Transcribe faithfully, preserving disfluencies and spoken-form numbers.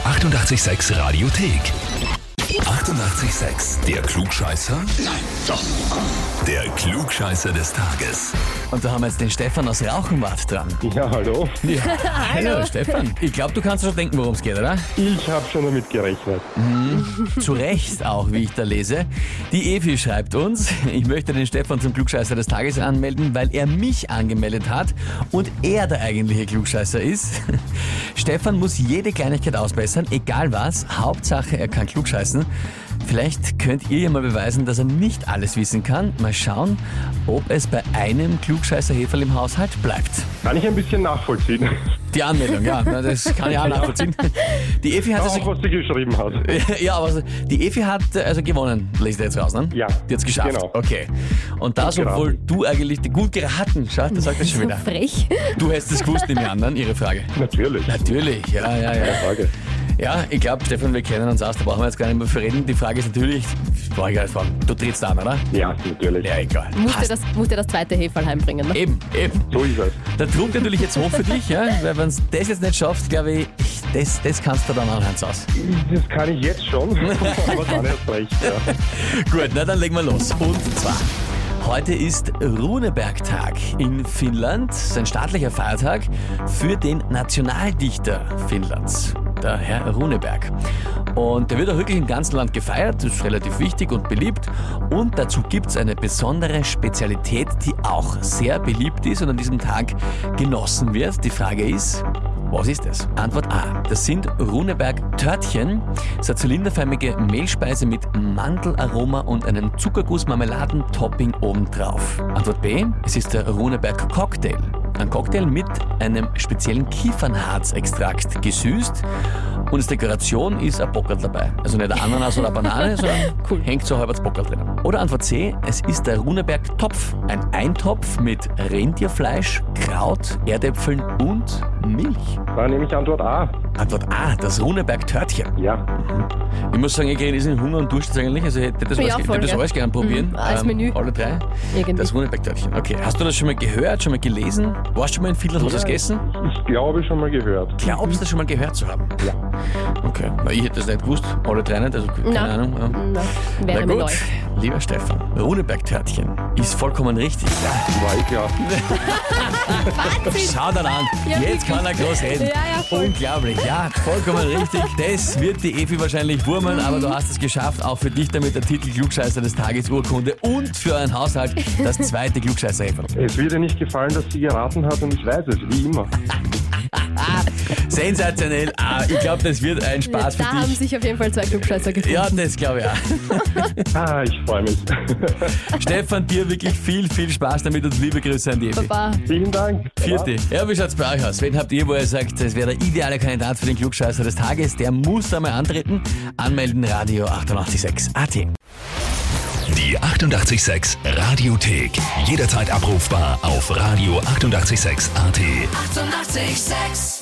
achtundachtzig Komma sechs Radiothek. achtundachtzig Komma sechs. Der Klugscheißer? Nein, doch. Der Klugscheißer des Tages. Und da haben wir jetzt den Stefan aus Rauchenwart dran. Ja, hallo. Ja. Hallo Stefan. Ich glaube, du kannst schon denken, worum es geht, oder? Ich habe schon damit gerechnet. Mhm. Zu Recht auch, wie ich da lese. Die Evi schreibt uns, ich möchte den Stefan zum Klugscheißer des Tages anmelden, weil er mich angemeldet hat und er der eigentliche Klugscheißer ist. Stefan muss jede Kleinigkeit ausbessern, egal was. Hauptsache, er kann klugscheißen. Vielleicht könnt ihr ja mal beweisen, dass er nicht alles wissen kann. Mal schauen, ob es bei einem Klugscheißer-Heferl im Haushalt bleibt. Kann ich ein bisschen nachvollziehen. Die Anmeldung, ja, das kann ich auch nachvollziehen. Die Evi hat Auch, also, was sie geschrieben hat. ja, aber die Evi hat also gewonnen, lest ihr jetzt raus, ne? Ja. Die hat's geschafft. Genau. Okay. Und das, Gut obwohl geraten. du eigentlich gut geraten, schau, das sagt das schon So wieder. frech. Du hättest es gewusst, nehme ich an, dann ihre Frage. Natürlich. Natürlich, ja, ja, ja. Frage. Ja, ich glaube, Stefan, wir kennen uns aus, da brauchen wir jetzt gar nicht mehr für reden. Die Frage ist natürlich, brauche ich gar nicht fragen, du trittst an, oder? Ja, natürlich. Ja, egal. Musst dir Passt. das, musst dir das zweite Heferl heimbringen, ne? Eben, eben. So ist es. Der Druck natürlich jetzt hoch für dich, ja? Weil wenn du das jetzt nicht schaffst, glaube ich, das, das kannst du dann anhand aus. Das kann ich jetzt schon, aber dann erst recht. Ja. Gut, na dann legen wir los. Und zwar, heute ist Runeberg-Tag in Finnland, sein staatlicher Feiertag für den Nationaldichter Finnlands, der Herr Runeberg. Und der wird auch wirklich im ganzen Land gefeiert, das ist relativ wichtig und beliebt. Und dazu gibt es eine besondere Spezialität, die auch sehr beliebt ist und an diesem Tag genossen wird. Die Frage ist, was ist es? Antwort A. Das sind Runeberg-Törtchen. Das ist eine zylinderförmige Mehlspeise mit Mandelaroma und einem Zuckerguss-Marmeladen-Topping obendrauf. Antwort B. Es ist der Runeberg-Cocktail. Ein Cocktail mit einem speziellen Kiefernharzextrakt gesüßt und als Dekoration ist ein Bockerl dabei. Also nicht eine Ananas oder eine Banane, sondern cool. Hängt so halb als Bockerl drin. Oder Antwort C, es ist der Runeberg-Topf. Ein Eintopf mit Rentierfleisch, Kraut, Erdäpfeln und Milch. Da nehme ich Antwort A. Antwort A, das Runeberg-Törtchen. Ja. Ich muss sagen, ich kriege diesen Hunger und Durst jetzt eigentlich. Also ich hätte das, Ja, alles, voll, hätte das gell? alles gerne probieren. Mhm, als Menü. Alle drei. Irgendwie. Das Runeberg-Törtchen. Okay, hast du das schon mal gehört, schon mal gelesen? Warst du schon mal in Finnland, hast du das gegessen? Ich glaube schon mal gehört. Glaubst du das schon mal gehört zu haben? Ja. Okay, na, ich hätte das nicht gewusst. Alle drei nicht, also keine Na, Ahnung. Ja. na, Na wäre mir gut, neu. lieber Stefan, Runeberg-Törtchen ist vollkommen richtig. Ja. War ich klar. Schau dann an, Ja, jetzt kann er groß reden. Ja, ja, voll. Unglaublich, ja, vollkommen richtig. Das wird die Evi wahrscheinlich wurmeln, aber du hast es geschafft. Auch für dich damit der Titel Klugscheißer des Tages Urkunde und für euren Haushalt das zweite Klugscheißer-Heferl. Es wird ihr nicht gefallen, dass sie geraten hat und ich weiß es, wie immer. Sensationell. Ah, ich glaube, das wird ein Spaß Da für haben dich. sich auf jeden Fall zwei Klugscheißer gefunden. Ja, das glaube ich auch. Ah, ich freue mich. Stefan, dir wirklich viel, viel Spaß damit und liebe Grüße an die Evi. Baba. Vielen Dank. Vierte. Ja, wie schaut's bei euch aus? Wen habt ihr, wo ihr sagt, das wäre der ideale Kandidat für den Klugscheißer des Tages? Der muss da mal antreten. Anmelden, Radio achtundachtzig Komma sechs A T. Die achtundachtzig Komma sechs Radiothek. Jederzeit abrufbar auf Radio achtundachtzig Komma sechs A T. achtundachtzig Komma sechs